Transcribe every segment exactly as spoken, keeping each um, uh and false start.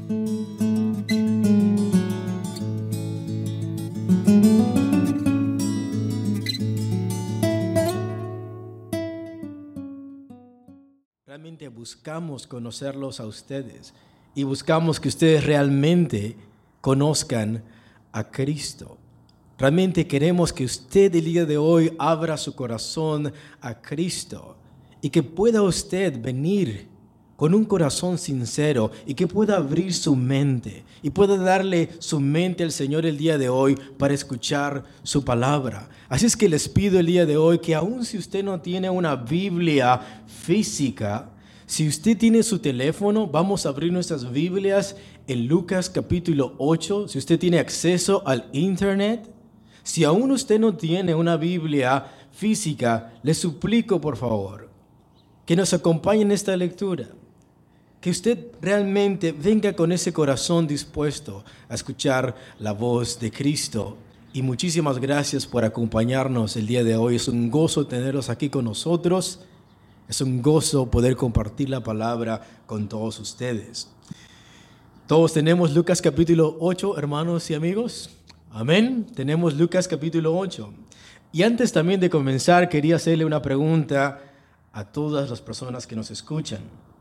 Realmente buscamos conocerlos a ustedes y buscamos que ustedes realmente conozcan a Cristo. Realmente queremos que usted el día de hoy abra su corazón a Cristo y que pueda usted venir con un corazón sincero y que pueda abrir su mente y pueda darle su mente al Señor el día de hoy para escuchar su palabra. Así es que les pido el día de hoy que aun si usted no tiene una Biblia física, si usted tiene su teléfono, vamos a abrir nuestras Biblias en Lucas capítulo ocho. Si usted tiene acceso al internet, si aún usted no tiene una Biblia física, le suplico por favor que nos acompañe en esta lectura. Que usted realmente venga con ese corazón dispuesto a escuchar la voz de Cristo. Y muchísimas gracias por acompañarnos el día de hoy. Es un gozo tenerlos aquí con nosotros. Es un gozo poder compartir la palabra con todos ustedes. Todos tenemos Lucas capítulo ocho, hermanos y amigos. Amén. Tenemos Lucas capítulo ocho. Y antes también de comenzar, quería hacerle una pregunta a todas las personas que nos escuchan.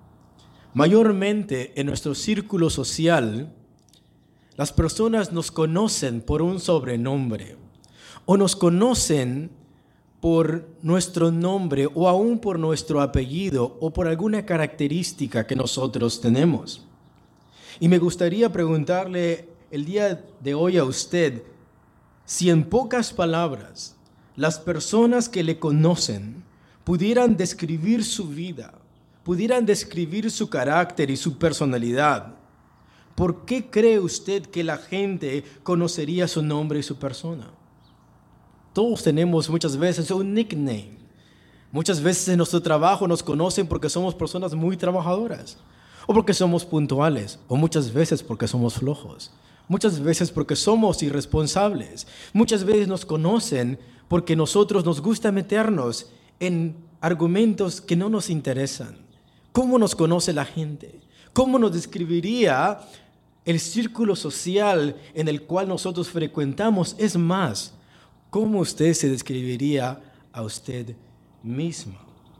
Mayormente en nuestro círculo social, las personas nos conocen por un sobrenombre o nos conocen por nuestro nombre o aún por nuestro apellido o por alguna característica que nosotros tenemos. Y me gustaría preguntarle el día de hoy a usted si en pocas palabras las personas que le conocen pudieran describir su vida, pudieran describir su carácter y su personalidad, ¿por qué cree usted que la gente conocería su nombre y su persona? Todos tenemos muchas veces un nickname. Muchas veces en nuestro trabajo nos conocen porque somos personas muy trabajadoras, o porque somos puntuales, o muchas veces porque somos flojos, muchas veces porque somos irresponsables. Muchas veces nos conocen porque nosotros nos gusta meternos en argumentos que no nos interesan. ¿Cómo nos conoce la gente? ¿Cómo nos describiría el círculo social en el cual nosotros frecuentamos? Es más, ¿cómo usted se describiría a usted misma?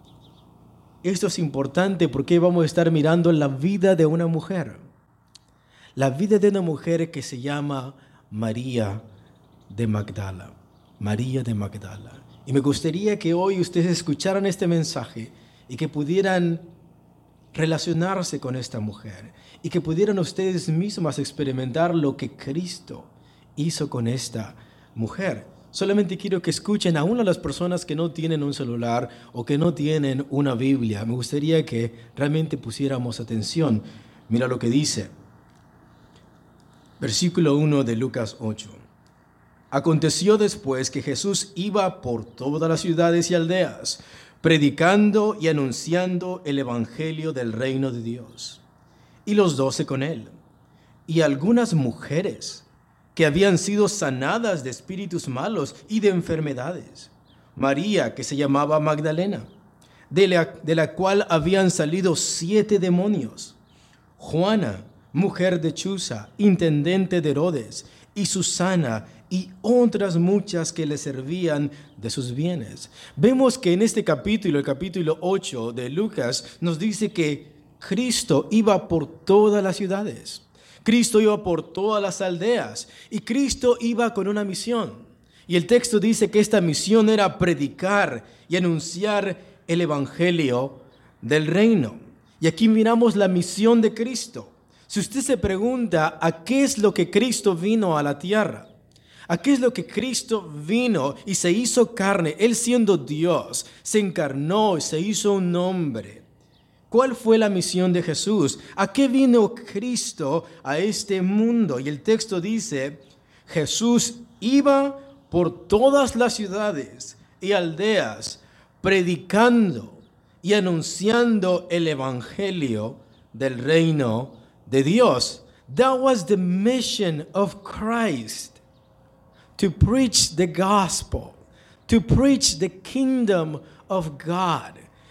Esto es importante porque vamos a estar mirando la vida de una mujer. La vida de una mujer que se llama María de Magdala. María de Magdala. Y me gustaría que hoy ustedes escucharan este mensaje y que pudieran relacionarse con esta mujer y que pudieran ustedes mismas experimentar lo que Cristo hizo con esta mujer. Solamente quiero que escuchen a una de las personas que no tienen un celular o que no tienen una Biblia. Me gustaría que realmente pusiéramos atención. Mira lo que dice. Versículo uno de Lucas ocho. Aconteció después que Jesús iba por todas las ciudades y aldeas, predicando y anunciando el evangelio del reino de Dios. Y los doce con él. Y algunas mujeres que habían sido sanadas de espíritus malos y de enfermedades. María, que se llamaba Magdalena, de la, de la cual habían salido siete demonios. Juana, mujer de Chuza, intendente de Herodes, y Susana, y otras muchas que le servían de sus bienes. Vemos que en este capítulo, el capítulo ocho de Lucas, nos dice que Cristo iba por todas las ciudades. Cristo iba por todas las aldeas y Cristo iba con una misión. Y el texto dice que esta misión era predicar y anunciar el evangelio del reino. Y aquí miramos la misión de Cristo. Si usted se pregunta a qué es lo que Cristo vino a la tierra, a qué es lo que Cristo vino y se hizo carne, Él siendo Dios, se encarnó y se hizo un hombre. ¿Cuál fue la misión de Jesús? ¿A qué vino Cristo a este mundo? Y el texto dice, Jesús iba por todas las ciudades y aldeas, predicando y anunciando el evangelio del reino de Dios. That was the mission of Christ, to preach the gospel, to preach the kingdom of God.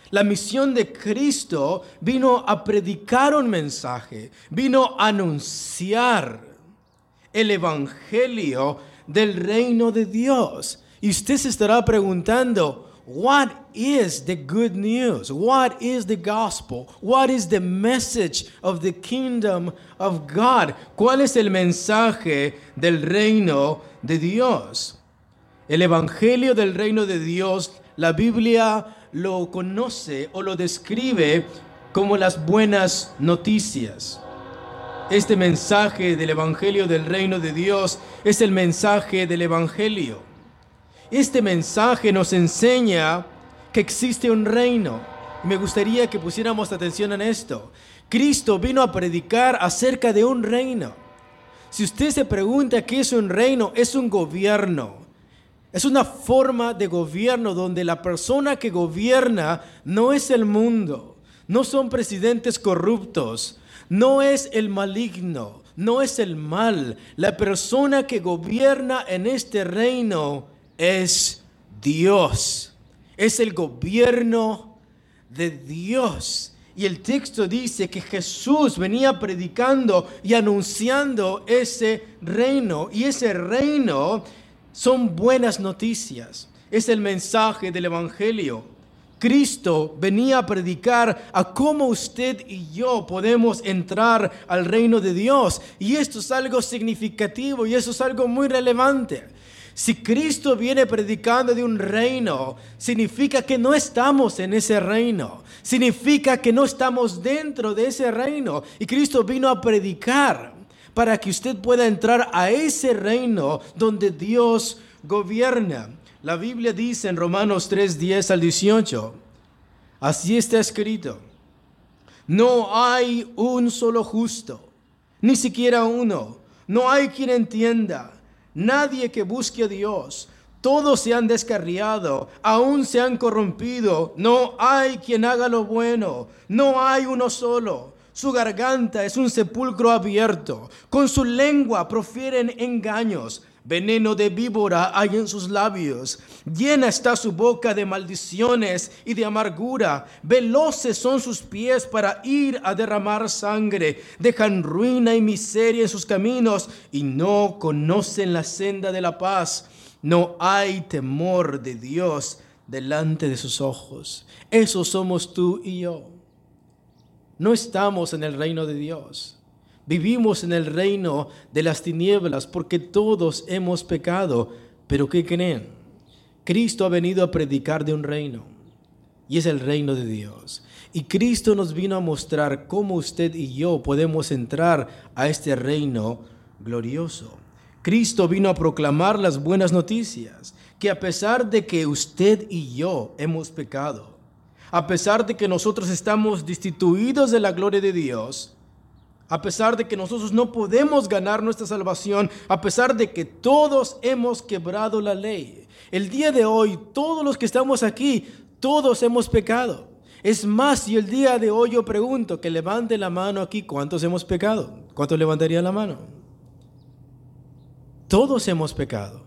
La misión de Cristo vino a predicar un mensaje, vino a anunciar el evangelio del reino de Dios. Y usted se estará preguntando, what is the good news? What is the gospel? What is the message of the kingdom of God? ¿Cuál es el mensaje del reino de Dios? El evangelio del reino de Dios, la Biblia lo conoce o lo describe como las buenas noticias. Este mensaje del evangelio del reino de Dios es el mensaje del evangelio. Este mensaje nos enseña que existe un reino. Me gustaría que pusiéramos atención en esto. Cristo vino a predicar acerca de un reino. Si usted se pregunta qué es un reino, es un gobierno. Es una forma de gobierno donde la persona que gobierna no es el mundo, no son presidentes corruptos, no es el maligno, no es el mal. La persona que gobierna en este reino es Dios. Es el gobierno de Dios. Y el texto dice que Jesús venía predicando y anunciando ese reino. Y ese reino son buenas noticias. Es el mensaje del evangelio. Cristo venía a predicar a cómo usted y yo podemos entrar al reino de Dios. Y esto es algo significativo y eso es algo muy relevante. Si Cristo viene predicando de un reino, significa que no estamos en ese reino. Significa que no estamos dentro de ese reino. Y Cristo vino a predicar para que usted pueda entrar a ese reino donde Dios gobierna. La Biblia dice en Romanos tres, diez al dieciocho, así está escrito: no hay un solo justo, ni siquiera uno. No hay quien entienda, nadie que busque a Dios. Todos se han descarriado, aún se han corrompido. No hay quien haga lo bueno, no hay uno solo. Su garganta es un sepulcro abierto, con su lengua profieren engaños. Veneno de víbora hay en sus labios. Llena está su boca de maldiciones y de amargura. Veloces son sus pies para ir a derramar sangre. Dejan ruina y miseria en sus caminos y no conocen la senda de la paz. No hay temor de Dios delante de sus ojos. Esos somos tú y yo. No estamos en el reino de Dios. Vivimos en el reino de las tinieblas porque todos hemos pecado. Pero ¿qué creen? Cristo ha venido a predicar de un reino y es el reino de Dios. Y Cristo nos vino a mostrar cómo usted y yo podemos entrar a este reino glorioso. Cristo vino a proclamar las buenas noticias, que a pesar de que usted y yo hemos pecado, a pesar de que nosotros estamos destituidos de la gloria de Dios, a pesar de que nosotros no podemos ganar nuestra salvación, a pesar de que todos hemos quebrado la ley, el día de hoy, todos los que estamos aquí, todos hemos pecado. Es más, y el día de hoy yo pregunto, que levante la mano aquí, ¿cuántos hemos pecado? ¿Cuántos levantarían la mano? Todos hemos pecado.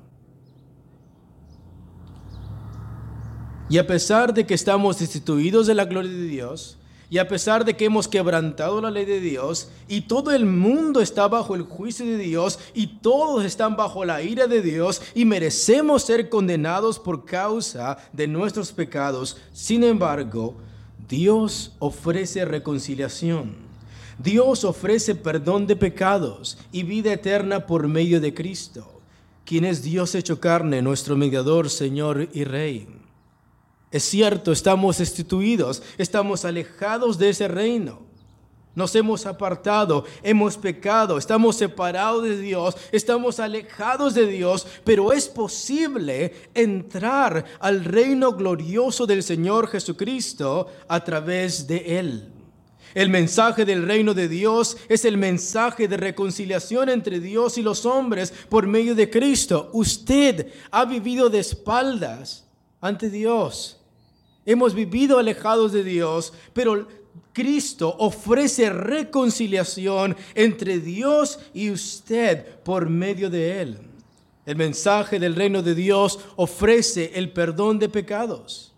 Y a pesar de que estamos destituidos de la gloria de Dios, y a pesar de que hemos quebrantado la ley de Dios, y todo el mundo está bajo el juicio de Dios, y todos están bajo la ira de Dios, y merecemos ser condenados por causa de nuestros pecados, sin embargo, Dios ofrece reconciliación. Dios ofrece perdón de pecados y vida eterna por medio de Cristo, quien es Dios hecho carne, nuestro mediador, Señor y Rey. Es cierto, estamos destituidos, estamos alejados de ese reino. Nos hemos apartado, hemos pecado, estamos separados de Dios, estamos alejados de Dios, pero es posible entrar al reino glorioso del Señor Jesucristo a través de Él. El mensaje del reino de Dios es el mensaje de reconciliación entre Dios y los hombres por medio de Cristo. Usted ha vivido de espaldas ante Dios. Hemos vivido alejados de Dios, pero Cristo ofrece reconciliación entre Dios y usted por medio de Él. El mensaje del reino de Dios ofrece el perdón de pecados.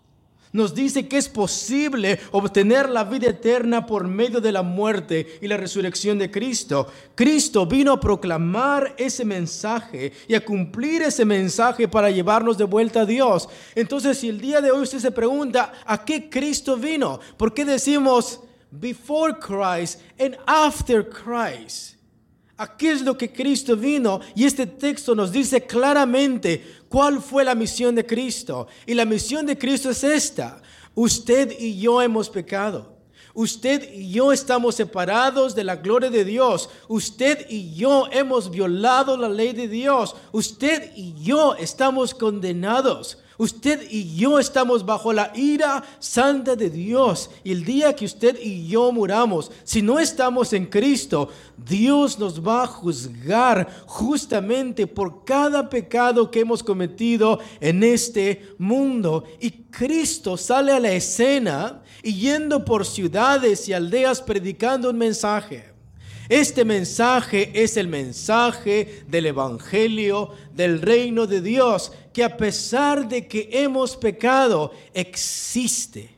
Nos dice que es posible obtener la vida eterna por medio de la muerte y la resurrección de Cristo. Cristo vino a proclamar ese mensaje y a cumplir ese mensaje para llevarnos de vuelta a Dios. Entonces, si el día de hoy usted se pregunta, ¿a qué Cristo vino? ¿Por qué decimos before Christ and after Christ? ¿A qué es lo que Cristo vino? Y este texto nos dice claramente cuál fue la misión de Cristo. Y la misión de Cristo es esta: usted y yo hemos pecado. Usted y yo estamos separados de la gloria de Dios. Usted y yo hemos violado la ley de Dios. Usted y yo estamos condenados. Usted y yo estamos bajo la ira santa de Dios. Y el día que usted y yo muramos, si no estamos en Cristo, Dios nos va a juzgar justamente por cada pecado que hemos cometido en este mundo. Y Cristo sale a la escena y yendo por ciudades y aldeas predicando un mensaje. Este mensaje es el mensaje del Evangelio del reino de Dios, que a pesar de que hemos pecado, existe.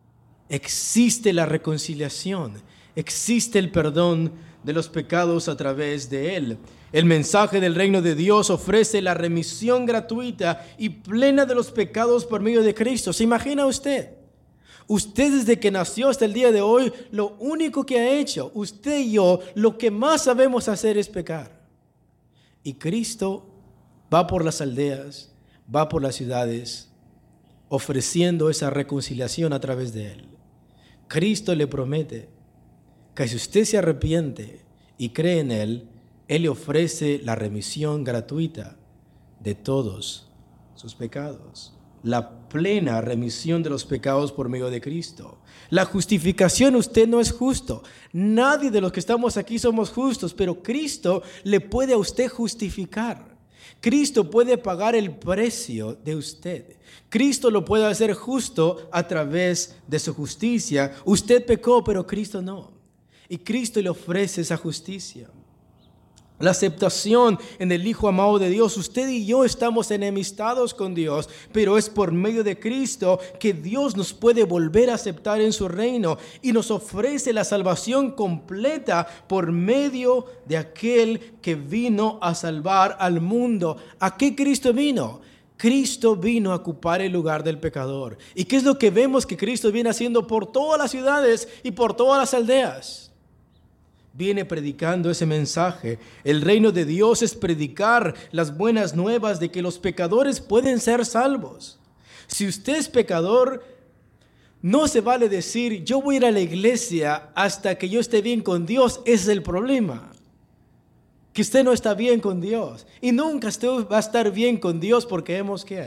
Existe la reconciliación, existe el perdón de los pecados a través de Él. El mensaje del reino de Dios ofrece la remisión gratuita y plena de los pecados por medio de Cristo. ¿Se imagina usted? Usted desde que nació hasta el día de hoy, lo único que ha hecho, usted y yo, lo que más sabemos hacer es pecar. Y Cristo va por las aldeas, va por las ciudades, ofreciendo esa reconciliación a través de Él. Cristo le promete que si usted se arrepiente y cree en Él, Él le ofrece la remisión gratuita de todos sus pecados. La plena remisión de los pecados por medio de Cristo. La justificación, usted no es justo. Nadie de los que estamos aquí somos justos, pero Cristo le puede a usted justificar. Cristo puede pagar el precio de usted. Cristo lo puede hacer justo a través de su justicia. Usted pecó, pero Cristo no. Y Cristo le ofrece esa justicia. La aceptación en el Hijo amado de Dios. Usted y yo estamos enemistados con Dios, pero es por medio de Cristo que Dios nos puede volver a aceptar en su reino y nos ofrece la salvación completa por medio de aquel que vino a salvar al mundo. ¿A qué Cristo vino? Cristo vino a ocupar el lugar del pecador. ¿Y qué es lo que vemos que Cristo viene haciendo por todas las ciudades y por todas las aldeas? Viene predicando ese mensaje. El reino de Dios es predicar las buenas nuevas de que los pecadores pueden ser salvos. Si usted es pecador, no se vale decir, yo voy a ir a la iglesia hasta que yo esté bien con Dios. Ese es el problema. Que usted no está bien con Dios. Y nunca usted va a estar bien con Dios porque hemos, ¿qué?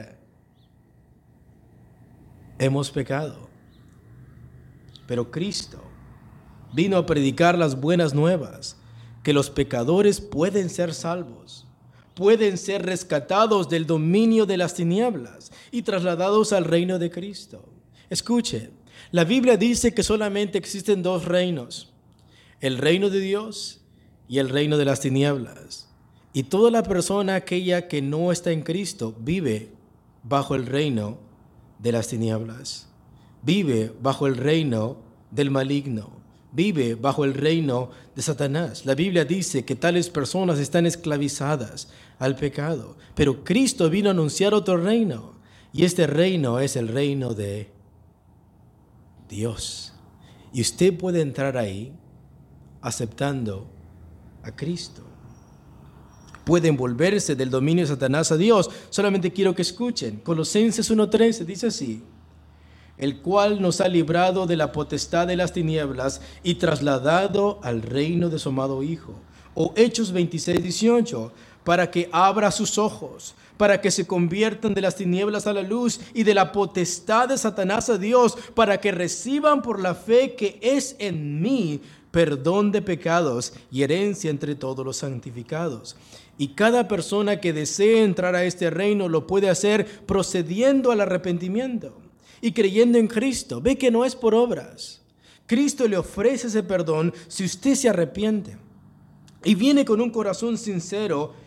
Hemos pecado. Pero Cristo vino a predicar las buenas nuevas, que los pecadores pueden ser salvos, pueden ser rescatados del dominio de las tinieblas y trasladados al reino de Cristo. Escuche, la Biblia dice que solamente existen dos reinos, el reino de Dios y el reino de las tinieblas. Y toda la persona aquella que no está en Cristo vive bajo el reino de las tinieblas, vive bajo el reino del maligno. Vive bajo el reino de Satanás. La Biblia dice que tales personas están esclavizadas al pecado. Pero Cristo vino a anunciar otro reino. Y este reino es el reino de Dios. Y usted puede entrar ahí aceptando a Cristo. Puede envolverse del dominio de Satanás a Dios. Solamente quiero que escuchen. Colosenses uno trece dice así: el cual nos ha librado de la potestad de las tinieblas y trasladado al reino de su amado Hijo. O Hechos veintiséis dieciocho, para que abra sus ojos, para que se conviertan de las tinieblas a la luz y de la potestad de Satanás a Dios, para que reciban por la fe que es en mí perdón de pecados y herencia entre todos los santificados. Y cada persona que desee entrar a este reino lo puede hacer procediendo al arrepentimiento y creyendo en Cristo. Ve que no es por obras. Cristo le ofrece ese perdón si usted se arrepiente y viene con un corazón sincero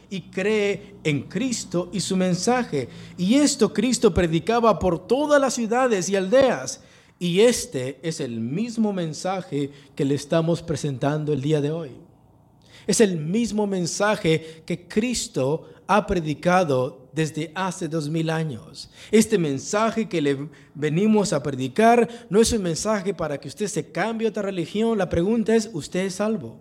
y cree en Cristo y su mensaje. Y esto Cristo predicaba por todas las ciudades y aldeas. Y este es el mismo mensaje que le estamos presentando el día de hoy. Es el mismo mensaje que Cristo ha predicado desde hace dos mil años. Este mensaje que le venimos a predicar no es un mensaje para que usted se cambie a otra religión. La pregunta es, ¿usted es salvo?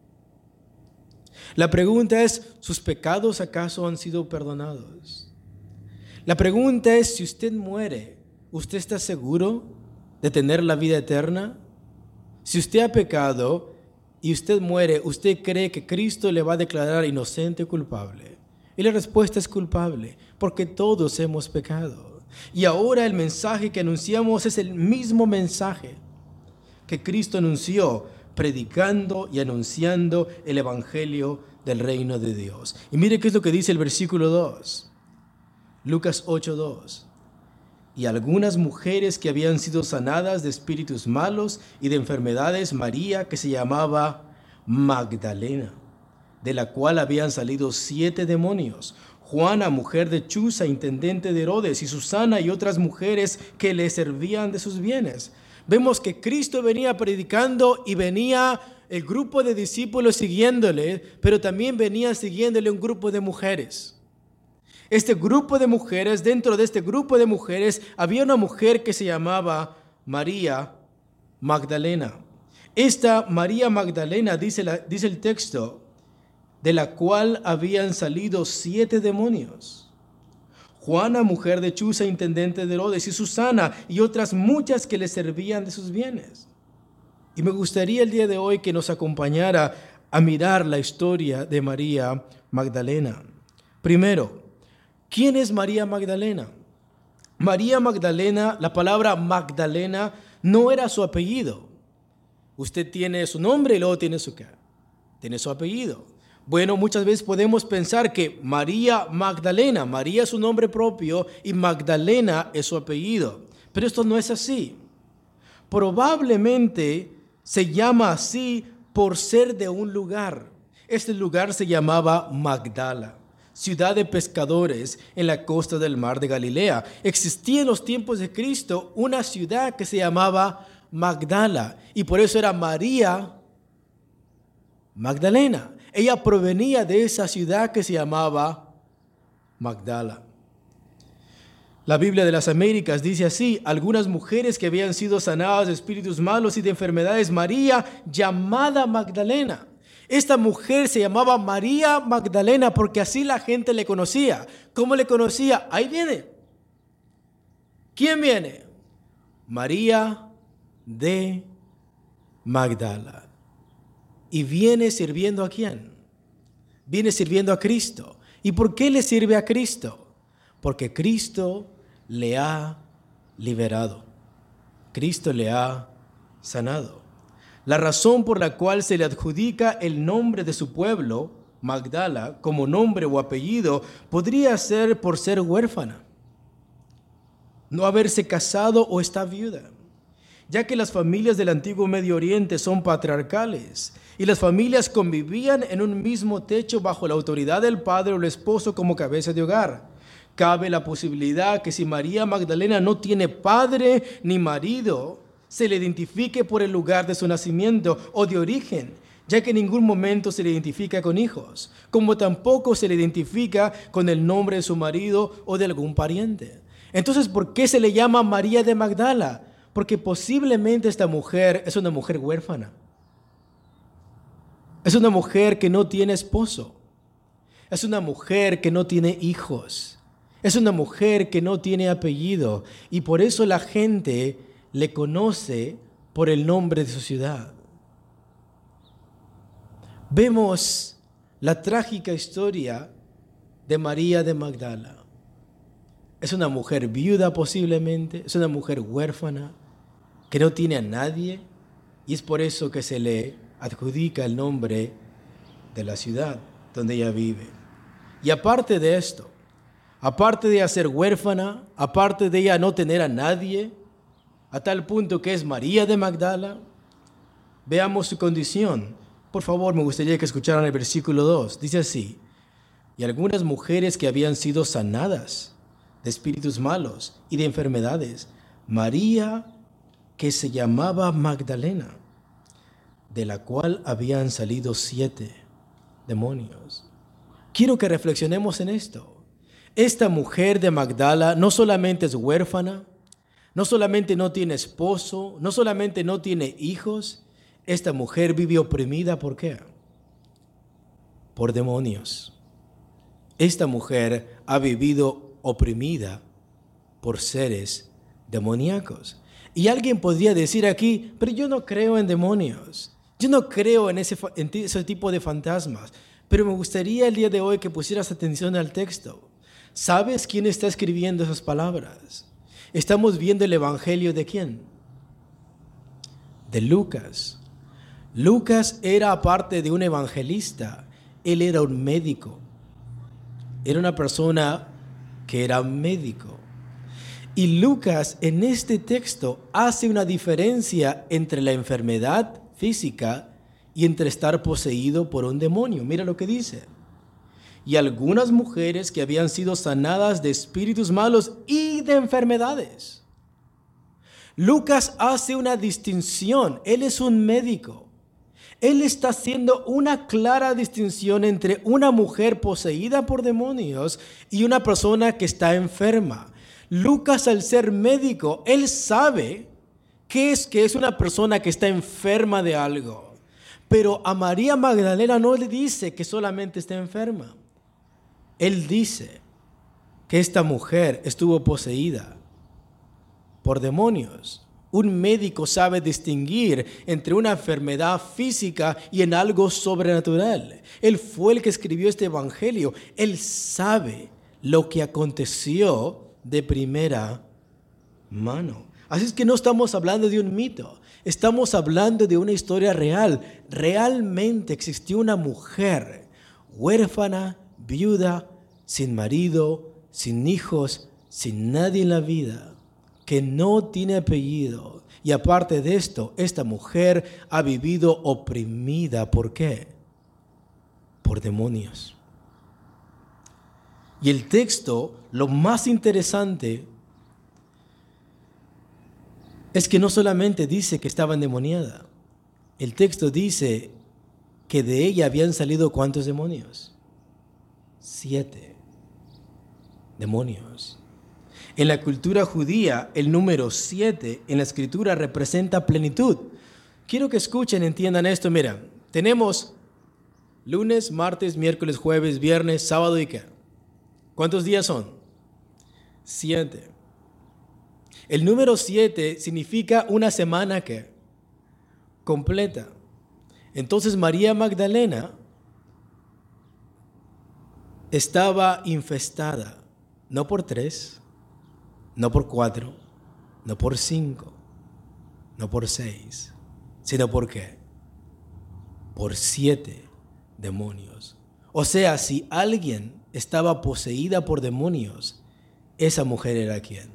La pregunta es, ¿sus pecados acaso han sido perdonados? La pregunta es, si usted muere, ¿usted está seguro de tener la vida eterna? Si usted ha pecado y usted muere, ¿usted cree que Cristo le va a declarar inocente o culpable? Y la respuesta es culpable, porque todos hemos pecado. Y ahora el mensaje que anunciamos es el mismo mensaje que Cristo anunció, predicando y anunciando el evangelio del reino de Dios. Y mire qué es lo que dice el versículo dos, Lucas ocho dos. Y algunas mujeres que habían sido sanadas de espíritus malos y de enfermedades, María, que se llamaba Magdalena, de la cual habían salido siete demonios, Juana, mujer de Chuza, intendente de Herodes, y Susana y otras mujeres que le servían de sus bienes. Vemos que Cristo venía predicando y venía el grupo de discípulos siguiéndole, pero también venía siguiéndole un grupo de mujeres. Este grupo de mujeres, dentro de este grupo de mujeres, había una mujer que se llamaba María Magdalena. Esta María Magdalena, dice, la, dice el texto, de la cual habían salido siete demonios. Juana, mujer de Chuza, intendente de Herodes, y Susana, y otras muchas que le servían de sus bienes. Y me gustaría el día de hoy que nos acompañara a mirar la historia de María Magdalena. Primero, ¿quién es María Magdalena? María Magdalena, la palabra Magdalena no era su apellido. Usted tiene su nombre y luego tiene su ¿qué? Tiene su apellido. Bueno, muchas veces podemos pensar que María Magdalena, María es su nombre propio y Magdalena es su apellido. Pero esto no es así. Probablemente se llama así por ser de un lugar. Este lugar se llamaba Magdala, ciudad de pescadores en la costa del mar de Galilea. Existía en los tiempos de Cristo una ciudad que se llamaba Magdala y por eso era María Magdalena. Ella provenía de esa ciudad que se llamaba Magdala. La Biblia de las Américas dice así: algunas mujeres que habían sido sanadas de espíritus malos y de enfermedades, María llamada Magdalena. Esta mujer se llamaba María Magdalena porque así la gente le conocía. ¿Cómo le conocía? Ahí viene. ¿Quién viene? María de Magdala. ¿Y viene sirviendo a quién? Viene sirviendo a Cristo. ¿Y por qué le sirve a Cristo? Porque Cristo le ha liberado. Cristo le ha sanado. La razón por la cual se le adjudica el nombre de su pueblo, Magdala, como nombre o apellido, podría ser por ser huérfana, no haberse casado o estar viuda, ya que las familias del antiguo Medio Oriente son patriarcales y las familias convivían en un mismo techo bajo la autoridad del padre o el esposo como cabeza de hogar. Cabe la posibilidad que si María Magdalena no tiene padre ni marido, se le identifique por el lugar de su nacimiento o de origen, ya que en ningún momento se le identifica con hijos, como tampoco se le identifica con el nombre de su marido o de algún pariente. Entonces, ¿por qué se le llama María de Magdala? Porque posiblemente esta mujer es una mujer huérfana. Es una mujer que no tiene esposo. Es una mujer que no tiene hijos. Es una mujer que no tiene apellido. Y por eso la gente le conoce por el nombre de su ciudad. Vemos la trágica historia de María de Magdala. Es una mujer viuda posiblemente, es una mujer huérfana que no tiene a nadie y es por eso que se le adjudica el nombre de la ciudad donde ella vive. Y aparte de esto, aparte de ella ser huérfana, aparte de ella no tener a nadie, a tal punto que es María de Magdala, veamos su condición. Por favor, me gustaría que escucharan el versículo dos. Dice así: y algunas mujeres que habían sido sanadas de espíritus malos y de enfermedades. María, que se llamaba Magdalena, de la cual habían salido siete demonios. Quiero que reflexionemos en esto. Esta mujer de Magdala no solamente es huérfana, no solamente no tiene esposo, no solamente no tiene hijos, esta mujer vive oprimida. ¿Por qué? Por demonios. Esta mujer ha vivido oprimida por seres demoníacos. Y alguien podría decir aquí, pero yo no creo en demonios. Yo no creo en ese, en ese tipo de fantasmas. Pero me gustaría el día de hoy que pusieras atención al texto. ¿Sabes quién está escribiendo esas palabras? Estamos viendo el evangelio de quién? De Lucas. Lucas era, aparte de un evangelista, él era un médico. Era una persona que era médico. Y Lucas en este texto hace una diferencia entre la enfermedad física y entre estar poseído por un demonio. Mira lo que dice. Y algunas mujeres que habían sido sanadas de espíritus malos y de enfermedades. Lucas hace una distinción. Él es un médico. Él está haciendo una clara distinción entre una mujer poseída por demonios y una persona que está enferma. Lucas, al ser médico, él sabe que es, que es una persona que está enferma de algo. Pero a María Magdalena no le dice que solamente está enferma. Él dice que esta mujer estuvo poseída por demonios. Un médico sabe distinguir entre una enfermedad física y en algo sobrenatural. Él fue el que escribió este evangelio. Él sabe lo que aconteció de primera mano. Así es que no estamos hablando de un mito. Estamos hablando de una historia real. Realmente existió una mujer huérfana, viuda, sin marido, sin hijos, sin nadie en la vida, que no tiene apellido. Y aparte de esto, esta mujer ha vivido oprimida. ¿Por qué? Por demonios. Y el texto, lo más interesante, es que no solamente dice que estaba endemoniada. El texto dice que de ella habían salido ¿cuántos demonios? Siete demonios. En la cultura judía, el número siete en la escritura representa plenitud. Quiero que escuchen, entiendan esto. Mira, tenemos lunes, martes, miércoles, jueves, viernes, sábado y ¿qué? ¿Cuántos días son? Siete. El número siete significa una semana ¿qué? Completa. Entonces María Magdalena estaba infestada, no por tres, no por cuatro, no por cinco, no por seis, sino por ¿qué? Por siete demonios. O sea, si alguien estaba poseída por demonios, esa mujer era ¿quién?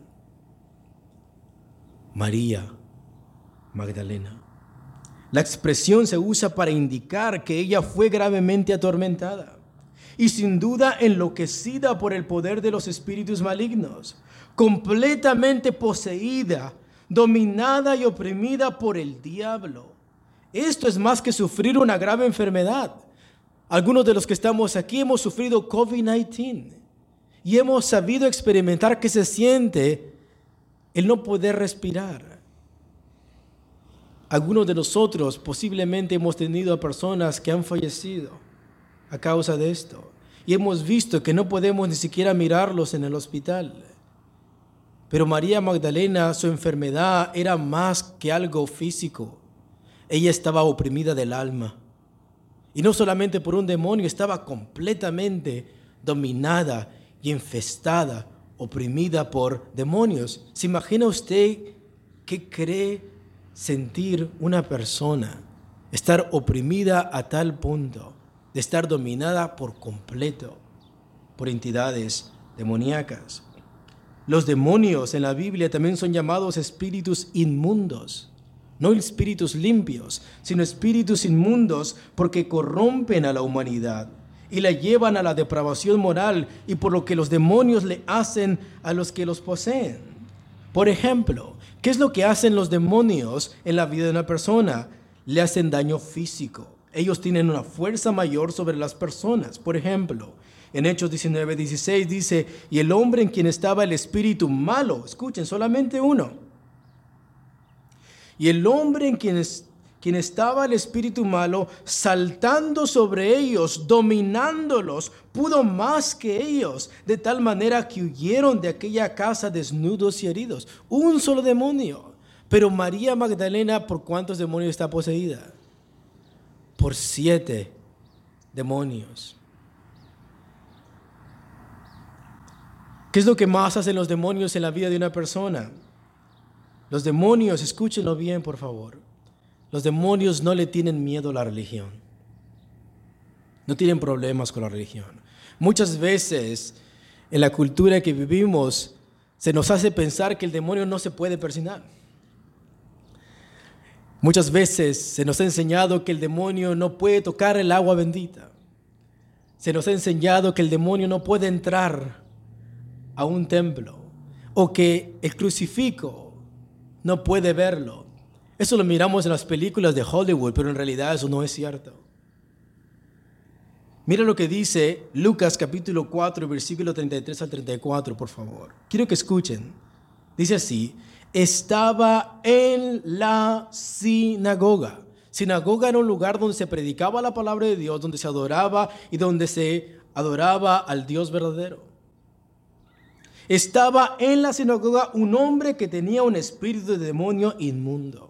María Magdalena. La expresión se usa para indicar que ella fue gravemente atormentada y sin duda enloquecida por el poder de los espíritus malignos, completamente poseída, dominada y oprimida por el diablo. Esto es más que sufrir una grave enfermedad. Algunos de los que estamos aquí hemos sufrido COVID diecinueve y hemos sabido experimentar qué se siente el no poder respirar. Algunos de nosotros posiblemente hemos tenido a personas que han fallecido a causa de esto y hemos visto que no podemos ni siquiera mirarlos en el hospital. Pero María Magdalena, su enfermedad era más que algo físico. Ella estaba oprimida del alma. Y no solamente por un demonio, estaba completamente dominada y infestada, oprimida por demonios. ¿Se imagina usted qué cree sentir una persona? Estar oprimida a tal punto de estar dominada por completo por entidades demoníacas. Los demonios en la Biblia también son llamados espíritus inmundos. No espíritus limpios, sino espíritus inmundos porque corrompen a la humanidad. y la llevan a la depravación moral y por lo que los demonios le hacen a los que los poseen. Por ejemplo, ¿qué es lo que hacen los demonios en la vida de una persona? Le hacen daño físico. Ellos tienen una fuerza mayor sobre las personas. Por ejemplo, en Hechos diecinueve, dieciséis dice, y el hombre en quien estaba el espíritu malo, escuchen, solamente uno. Y el hombre en quien, es, quien estaba el espíritu malo, saltando sobre ellos, dominándolos, pudo más que ellos, de tal manera que huyeron de aquella casa desnudos y heridos. Un solo demonio. Pero María Magdalena, ¿por cuántos demonios está poseída? Por siete demonios. ¿Qué es lo que más hacen los demonios en la vida de una persona? Los demonios, escúchenlo bien, por favor. Los demonios no le tienen miedo a la religión. No tienen problemas con la religión. Muchas veces, en la cultura que vivimos, se nos hace pensar que el demonio no se puede persignar. Muchas veces se nos ha enseñado que el demonio no puede tocar el agua bendita. Se nos ha enseñado que el demonio no puede entrar a un templo o que el crucifijo no puede verlo. Eso lo miramos en las películas de Hollywood, pero en realidad eso no es cierto. Mira lo que dice Lucas capítulo cuatro, versículo treinta y tres al treinta y cuatro, por favor. Quiero que escuchen. Dice así, estaba en la sinagoga. Sinagoga era un lugar donde se predicaba la palabra de Dios, donde se adoraba y donde se adoraba al Dios verdadero. Estaba en la sinagoga un hombre que tenía un espíritu de demonio inmundo.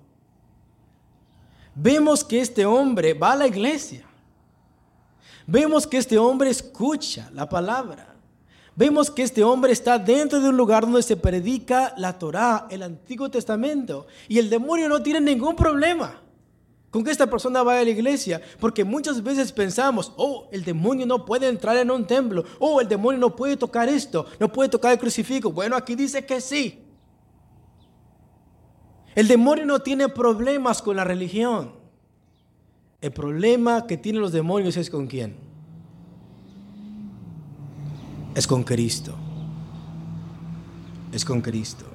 Vemos que este hombre va a la iglesia. Vemos que este hombre escucha la palabra. Vemos que este hombre está dentro de un lugar donde se predica la Torá, el Antiguo Testamento. Y el demonio no tiene ningún problema con que esta persona vaya a la iglesia. Porque muchas veces pensamos, oh, el demonio no puede entrar en un templo. Oh, el demonio no puede tocar esto, no puede tocar el crucifijo. Bueno, aquí dice que sí. El demonio no tiene problemas con la religión. El problema que tienen los demonios es con quién. Es con Cristo. Es con Cristo.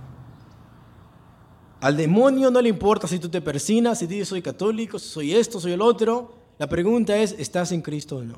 Al demonio no le importa si tú te persinas, si dices soy católico, si soy esto, soy el otro. La pregunta es, ¿estás en Cristo o no?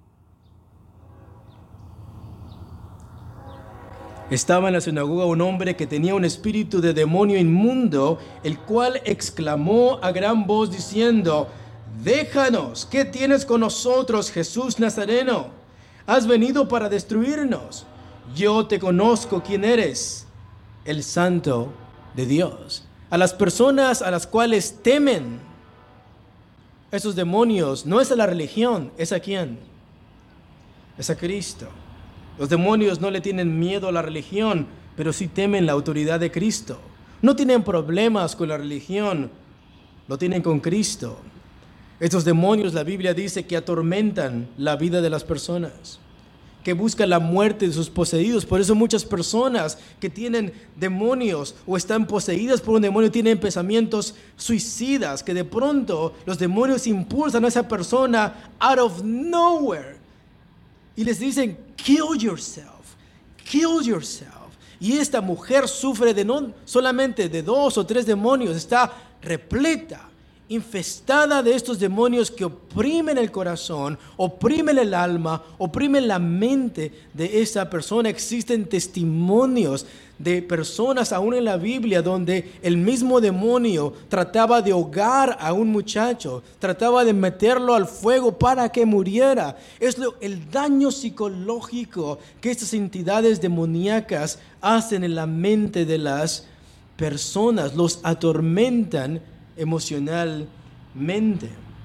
Estaba en la sinagoga un hombre que tenía un espíritu de demonio inmundo, el cual exclamó a gran voz diciendo, déjanos, ¿qué tienes con nosotros, Jesús Nazareno? Has venido para destruirnos. Yo te conozco quién eres, el Santo de Dios. A las personas a las cuales temen esos demonios, no es a la religión, es a quién, es a Cristo. Los demonios no le tienen miedo a la religión, pero sí temen la autoridad de Cristo. No tienen problemas con la religión, lo tienen con Cristo. Estos demonios, la Biblia dice que atormentan la vida de las personas, que buscan la muerte de sus poseídos. Por eso muchas personas que tienen demonios o están poseídas por un demonio tienen pensamientos suicidas, que de pronto los demonios impulsan a esa persona out of nowhere y les dicen, kill yourself, kill yourself. Y esta mujer sufre de no solamente de dos o tres demonios, está repleta, infestada de estos demonios que oprimen el corazón, oprimen el alma, oprimen la mente de esa persona. Existen testimonios de personas aún en la Biblia donde el mismo demonio trataba de ahogar a un muchacho, trataba de meterlo al fuego para que muriera. Es lo, el daño psicológico que estas entidades demoníacas hacen en la mente de las personas, los atormentan emocionalmente,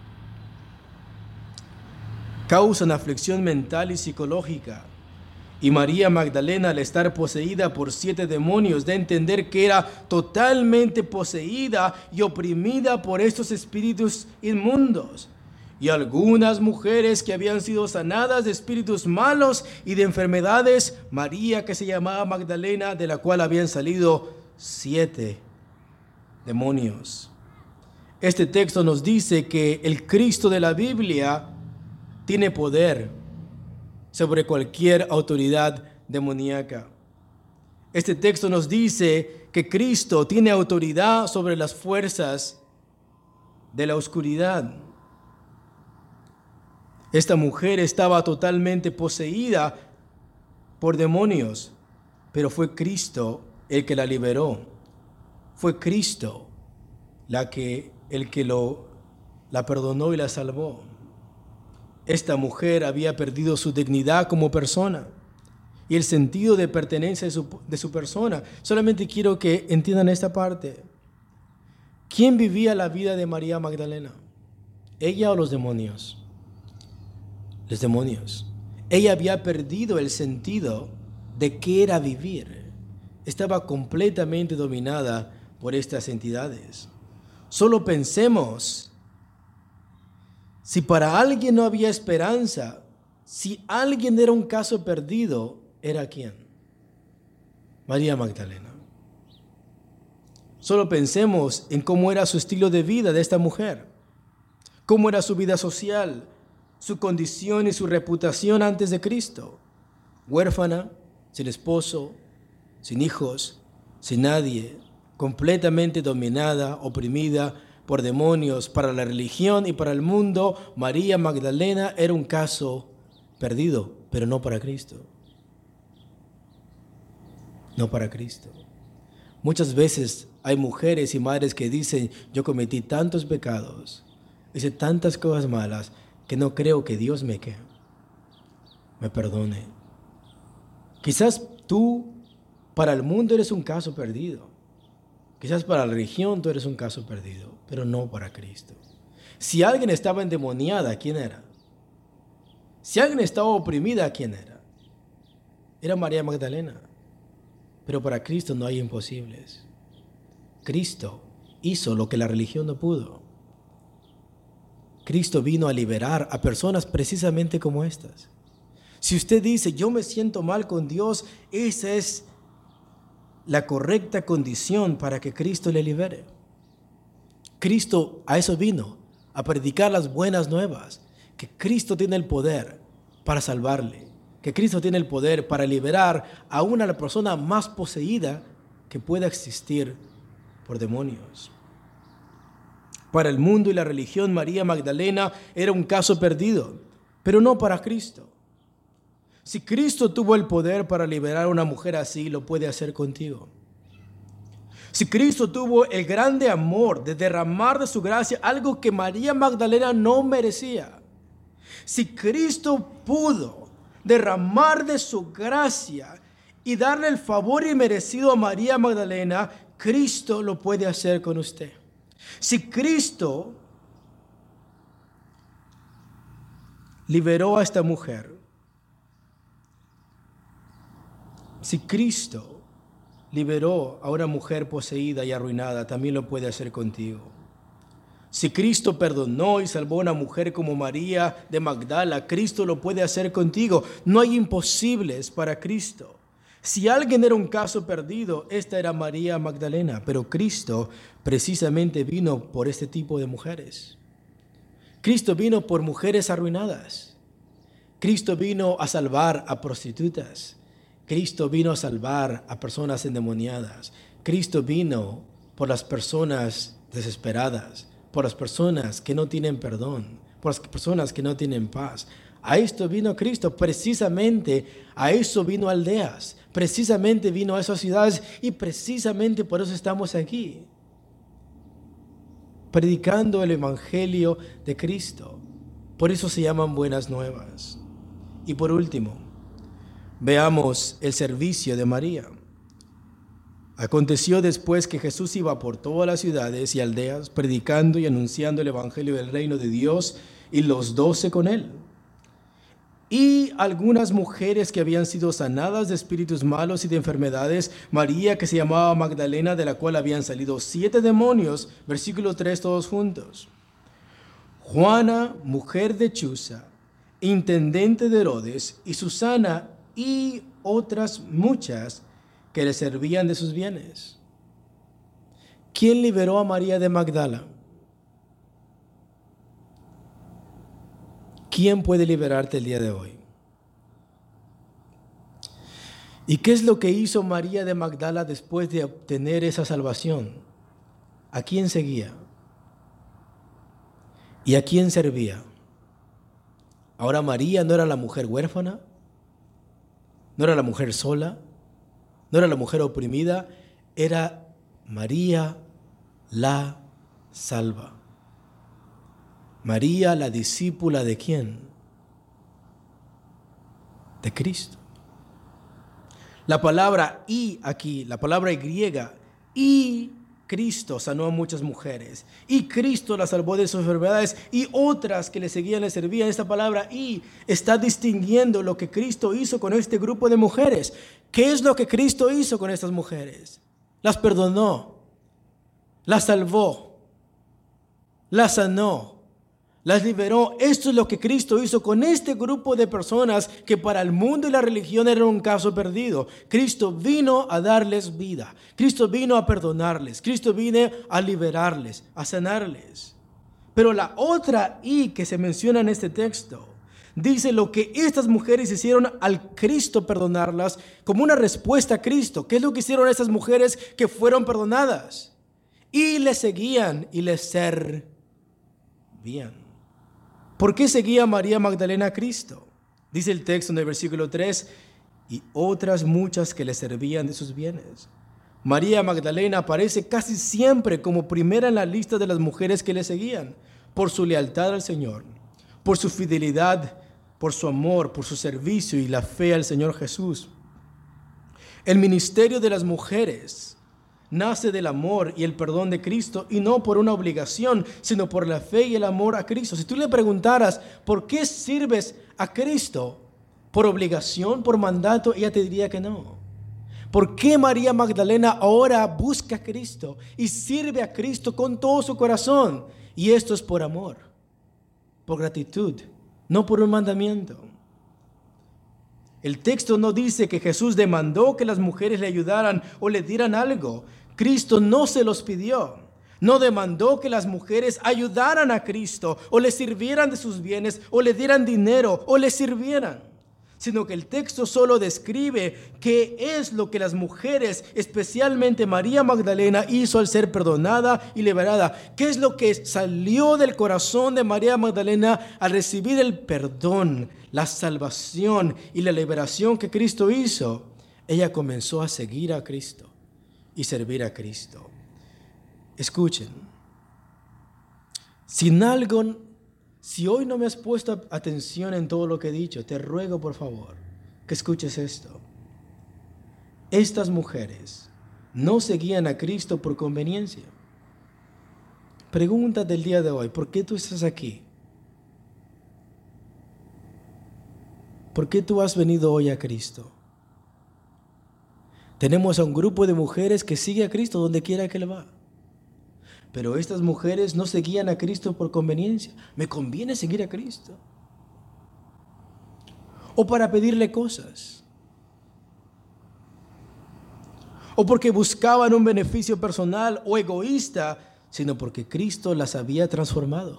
causan aflicción mental y psicológica. Y María Magdalena, al estar poseída por siete demonios, da a entender que era totalmente poseída y oprimida por estos espíritus inmundos. Y algunas mujeres que habían sido sanadas de espíritus malos y de enfermedades, María, que se llamaba Magdalena, de la cual habían salido siete demonios. Este texto nos dice que el Cristo de la Biblia tiene poder sobre cualquier autoridad demoníaca. Este texto nos dice que Cristo tiene autoridad sobre las fuerzas de la oscuridad. Esta mujer estaba totalmente poseída por demonios, pero fue Cristo el que la liberó. Fue Cristo la que, el que lo, la perdonó y la salvó. Esta mujer había perdido su dignidad como persona y el sentido de pertenencia de su, de su persona. Solamente quiero que entiendan esta parte. ¿Quién vivía la vida de María Magdalena? ¿Ella o los demonios? Los demonios. Ella había perdido el sentido de qué era vivir. Estaba completamente dominada por estas entidades. Solo pensemos, si para alguien no había esperanza, si alguien era un caso perdido, ¿era quién? María Magdalena. Solo pensemos en cómo era su estilo de vida de esta mujer, cómo era su vida social, su condición y su reputación antes de Cristo. Huérfana, sin esposo, sin hijos, sin nadie, completamente dominada, oprimida por demonios. Para la religión y para el mundo, María Magdalena era un caso perdido, pero no para Cristo. No para Cristo. Muchas veces hay mujeres y madres que dicen, yo cometí tantos pecados, hice tantas cosas malas, que no creo que Dios me, que, me perdone. Quizás tú para el mundo eres un caso perdido. Quizás para la religión tú eres un caso perdido, pero no para Cristo. Si alguien estaba endemoniada, ¿quién era? Si alguien estaba oprimida, ¿quién era? Era María Magdalena. Pero para Cristo no hay imposibles. Cristo hizo lo que la religión no pudo. Cristo vino a liberar a personas precisamente como estas. Si usted dice, yo me siento mal con Dios, esa es la correcta condición para que Cristo le libere. Cristo a eso vino, a predicar las buenas nuevas, que Cristo tiene el poder para salvarle, que Cristo tiene el poder para liberar a una la persona más poseída que pueda existir por demonios. Para el mundo y la religión, María Magdalena era un caso perdido, pero no para Cristo. Si Cristo tuvo el poder para liberar a una mujer así, lo puede hacer contigo. Si Cristo tuvo el grande amor de derramar de su gracia algo que María Magdalena no merecía, si Cristo pudo derramar de su gracia y darle el favor inmerecido a María Magdalena, Cristo lo puede hacer con usted. Si Cristo liberó a esta mujer, si Cristo liberó a una mujer poseída y arruinada, también lo puede hacer contigo. Si Cristo perdonó y salvó a una mujer como María de Magdala, Cristo lo puede hacer contigo. No hay imposibles para Cristo. Si alguien era un caso perdido, esta era María Magdalena, pero Cristo precisamente vino por este tipo de mujeres. Cristo vino por mujeres arruinadas. Cristo vino a salvar a prostitutas. Cristo vino a salvar a personas endemoniadas. Cristo vino por las personas desesperadas, por las personas que no tienen perdón, por las personas que no tienen paz. A esto vino Cristo, precisamente a eso vino a aldeas, precisamente vino a esas ciudades y precisamente por eso estamos aquí, predicando el Evangelio de Cristo. Por eso se llaman buenas nuevas. Y por último, veamos el servicio de María. Aconteció después que Jesús iba por todas las ciudades y aldeas, predicando y anunciando el Evangelio del reino de Dios, y los doce con él. Y algunas mujeres que habían sido sanadas de espíritus malos y de enfermedades, María, que se llamaba Magdalena, de la cual habían salido siete demonios, versículo tres, todos juntos. Juana, mujer de Chuza, intendente de Herodes, y Susana, y otras muchas que le servían de sus bienes. ¿Quién liberó a María de Magdala? ¿Quién puede liberarte el día de hoy? ¿Y qué es lo que hizo María de Magdala después de obtener esa salvación? ¿A quién seguía? ¿Y a quién servía? Ahora María no era la mujer huérfana, no era la mujer sola, no era la mujer oprimida, era María la salva. María, la discípula ¿de quién? De Cristo. La palabra y aquí, la palabra griega, y Cristo sanó a muchas mujeres, y Cristo la salvó de sus enfermedades, y otras que le seguían le servían. Esta palabra y está distinguiendo lo que Cristo hizo con este grupo de mujeres. ¿Qué es lo que Cristo hizo con estas mujeres? Las perdonó, las salvó, las sanó, las liberó. Esto es lo que Cristo hizo con este grupo de personas que para el mundo y la religión era un caso perdido. Cristo vino a darles vida. Cristo vino a perdonarles. Cristo vino a liberarles, a sanarles. Pero la otra y que se menciona en este texto dice lo que estas mujeres hicieron al Cristo perdonarlas como una respuesta a Cristo. ¿Qué es lo que hicieron estas mujeres que fueron perdonadas? Y le seguían y le servían. ¿Por qué seguía María Magdalena a Cristo? Dice el texto en el versículo tres, y otras muchas que le servían de sus bienes. María Magdalena aparece casi siempre como primera en la lista de las mujeres que le seguían, por su lealtad al Señor, por su fidelidad, por su amor, por su servicio y la fe al Señor Jesús. El ministerio de las mujeres nace del amor y el perdón de Cristo, y no por una obligación, sino por la fe y el amor a Cristo. Si tú le preguntaras, ¿por qué sirves a Cristo? ¿Por obligación, por mandato? Ella te diría que no. ¿Por qué María Magdalena ahora busca a Cristo y sirve a Cristo con todo su corazón? Y esto es por amor, por gratitud, no por un mandamiento. El texto no dice que Jesús demandó que las mujeres le ayudaran o le dieran algo. Cristo no se los pidió. No demandó que las mujeres ayudaran a Cristo o le sirvieran de sus bienes o le dieran dinero o le sirvieran. Sino que el texto solo describe qué es lo que las mujeres, especialmente María Magdalena, hizo al ser perdonada y liberada. ¿Qué es lo que salió del corazón de María Magdalena al recibir el perdón, la salvación y la liberación que Cristo hizo? Ella comenzó a seguir a Cristo y servir a Cristo. Escuchen, sin algo... Si hoy no me has puesto atención en todo lo que he dicho, te ruego por favor que escuches esto. Estas mujeres no seguían a Cristo por conveniencia. Pregunta del día de hoy, ¿por qué tú estás aquí? ¿Por qué tú has venido hoy a Cristo? Tenemos a un grupo de mujeres que sigue a Cristo donde quiera que Él va. Pero estas mujeres no seguían a Cristo por conveniencia. ¿Me conviene seguir a Cristo? O para pedirle cosas. O porque buscaban un beneficio personal o egoísta, sino porque Cristo las había transformado.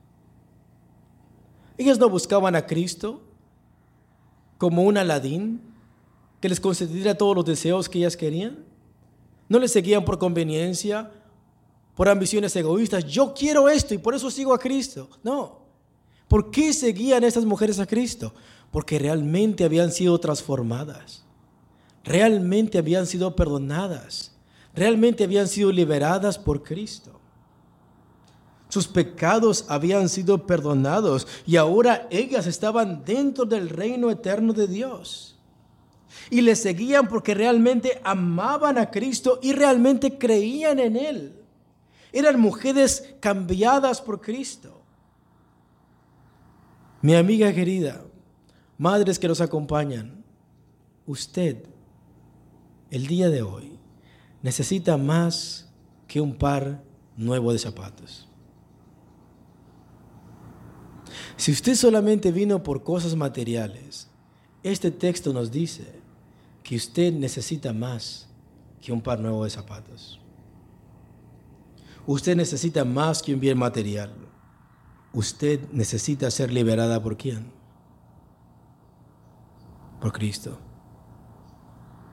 Ellas no buscaban a Cristo como un Aladín que les concediera todos los deseos que ellas querían. No les seguían por conveniencia, por ambiciones egoístas. Yo quiero esto y por eso sigo a Cristo. No. ¿Por qué seguían estas mujeres a Cristo? Porque realmente habían sido transformadas. Realmente habían sido perdonadas. Realmente habían sido liberadas por Cristo. Sus pecados habían sido perdonados y ahora ellas estaban dentro del reino eterno de Dios. Y le seguían porque realmente amaban a Cristo y realmente creían en Él. Eran mujeres cambiadas por Cristo. Mi amiga querida, madres que nos acompañan, usted, el día de hoy, necesita más que un par nuevo de zapatos. Si usted solamente vino por cosas materiales, este texto nos dice que usted necesita más que un par nuevo de zapatos. Usted necesita más que un bien material. Usted necesita ser liberada ¿por quién? Por Cristo.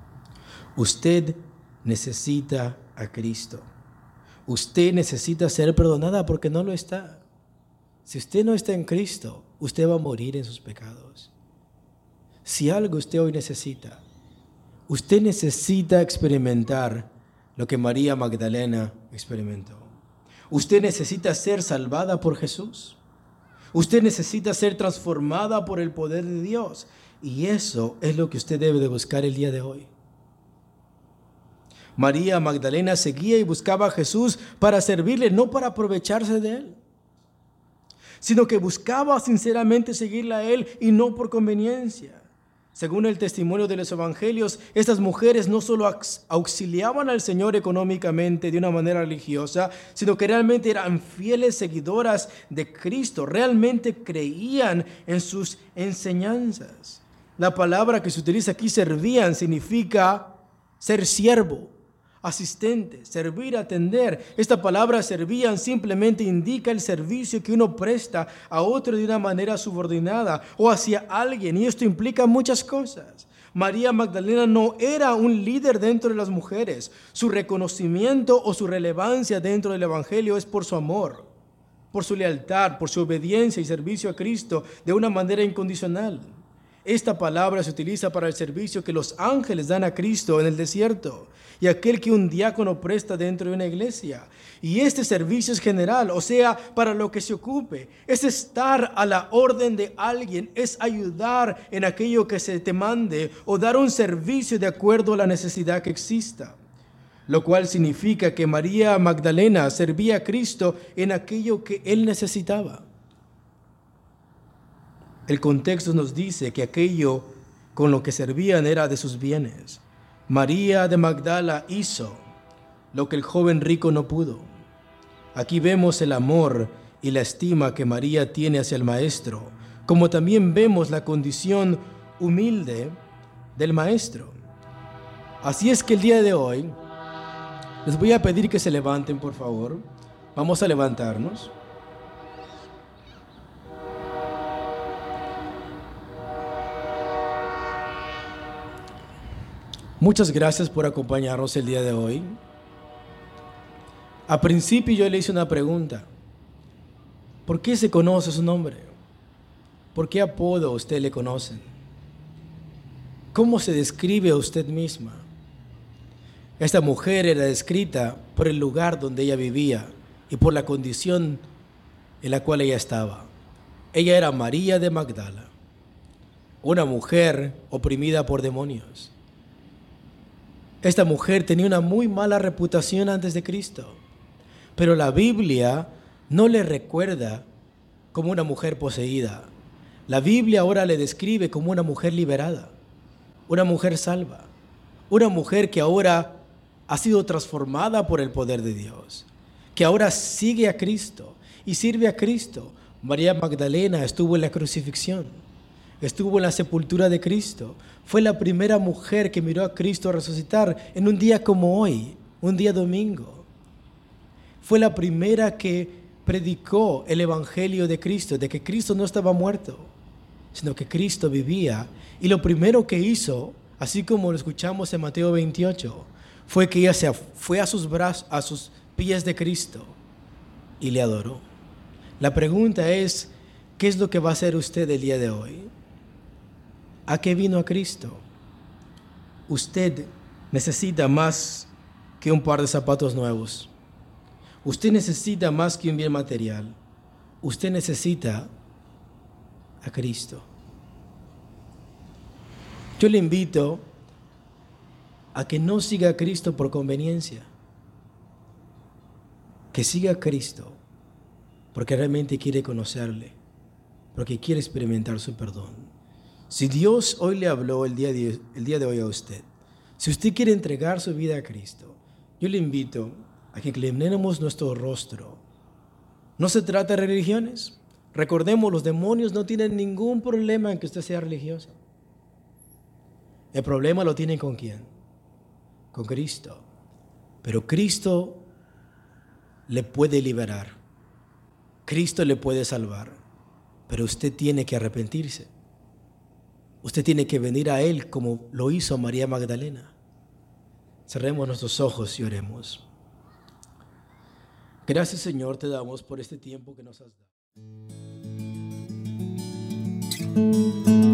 Usted necesita a Cristo. Usted necesita ser perdonada porque no lo está. Si usted no está en Cristo, usted va a morir en sus pecados. Si algo usted hoy necesita, usted necesita experimentar lo que María Magdalena experimentó. Usted necesita ser salvada por Jesús. Usted necesita ser transformada por el poder de Dios. Y eso es lo que usted debe de buscar el día de hoy. María Magdalena seguía y buscaba a Jesús para servirle, no para aprovecharse de él, sino que buscaba sinceramente seguirle a él y no por conveniencia. Según el testimonio de los evangelios, estas mujeres no solo auxiliaban al Señor económicamente de una manera religiosa, sino que realmente eran fieles seguidoras de Cristo, realmente creían en sus enseñanzas. La palabra que se utiliza aquí, servían, significa ser siervo, asistente, servir, atender. Esta palabra servían simplemente indica el servicio que uno presta a otro de una manera subordinada o hacia alguien, y esto implica muchas cosas. María Magdalena no era un líder dentro de las mujeres. Su reconocimiento o su relevancia dentro del evangelio es por su amor, por su lealtad, por su obediencia y servicio a Cristo de una manera incondicional. Esta palabra se utiliza para el servicio que los ángeles dan a Cristo en el desierto y aquel que un diácono presta dentro de una iglesia. Y este servicio es general, o sea, para lo que se ocupe. Es estar a la orden de alguien, es ayudar en aquello que se te mande o dar un servicio de acuerdo a la necesidad que exista. Lo cual significa que María Magdalena servía a Cristo en aquello que él necesitaba. El contexto nos dice que aquello con lo que servían era de sus bienes. María de Magdala hizo lo que el joven rico no pudo. Aquí vemos el amor y la estima que María tiene hacia el maestro, como también vemos la condición humilde del maestro. Así es que el día de hoy les voy a pedir que se levanten, por favor. Vamos a levantarnos. Muchas gracias por acompañarnos el día de hoy. A principio yo le hice una pregunta. ¿Por qué se conoce su nombre? ¿Por qué apodo usted le conocen? ¿Cómo se describe a usted misma? Esta mujer era descrita por el lugar donde ella vivía y por la condición en la cual ella estaba. Ella era María de Magdala, una mujer oprimida por demonios. Esta mujer tenía una muy mala reputación antes de Cristo, pero la Biblia no le recuerda como una mujer poseída. La Biblia ahora le describe como una mujer liberada, una mujer salva, una mujer que ahora ha sido transformada por el poder de Dios, que ahora sigue a Cristo y sirve a Cristo. María Magdalena estuvo en la crucifixión, estuvo en la sepultura de Cristo. Fue la primera mujer que miró a Cristo resucitar en un día como hoy, un día domingo. Fue la primera que predicó el evangelio de Cristo, de que Cristo no estaba muerto, sino que Cristo vivía. Y lo primero que hizo, así como lo escuchamos en Mateo veintiocho, fue que ella se fue a sus brazos, a sus pies de Cristo y le adoró. La pregunta es, ¿qué es lo que va a hacer usted el día de hoy? ¿A qué vino a Cristo? Usted necesita más que un par de zapatos nuevos. Usted necesita más que un bien material. Usted necesita a Cristo. Yo le invito a que no siga a Cristo por conveniencia, que siga a Cristo porque realmente quiere conocerle, porque quiere experimentar su perdón. Si Dios hoy le habló el día de, el día de hoy a usted, si usted quiere entregar su vida a Cristo, yo le invito a que inclinemos nuestro rostro. No se trata de religiones. Recordemos, los demonios no tienen ningún problema en que usted sea religioso. El problema lo tienen con quién, con Cristo. Pero Cristo le puede liberar, Cristo le puede salvar, pero usted tiene que arrepentirse. Usted tiene que venir a Él como lo hizo María Magdalena. Cerremos nuestros ojos y oremos. Gracias, Señor, te damos por este tiempo que nos has dado.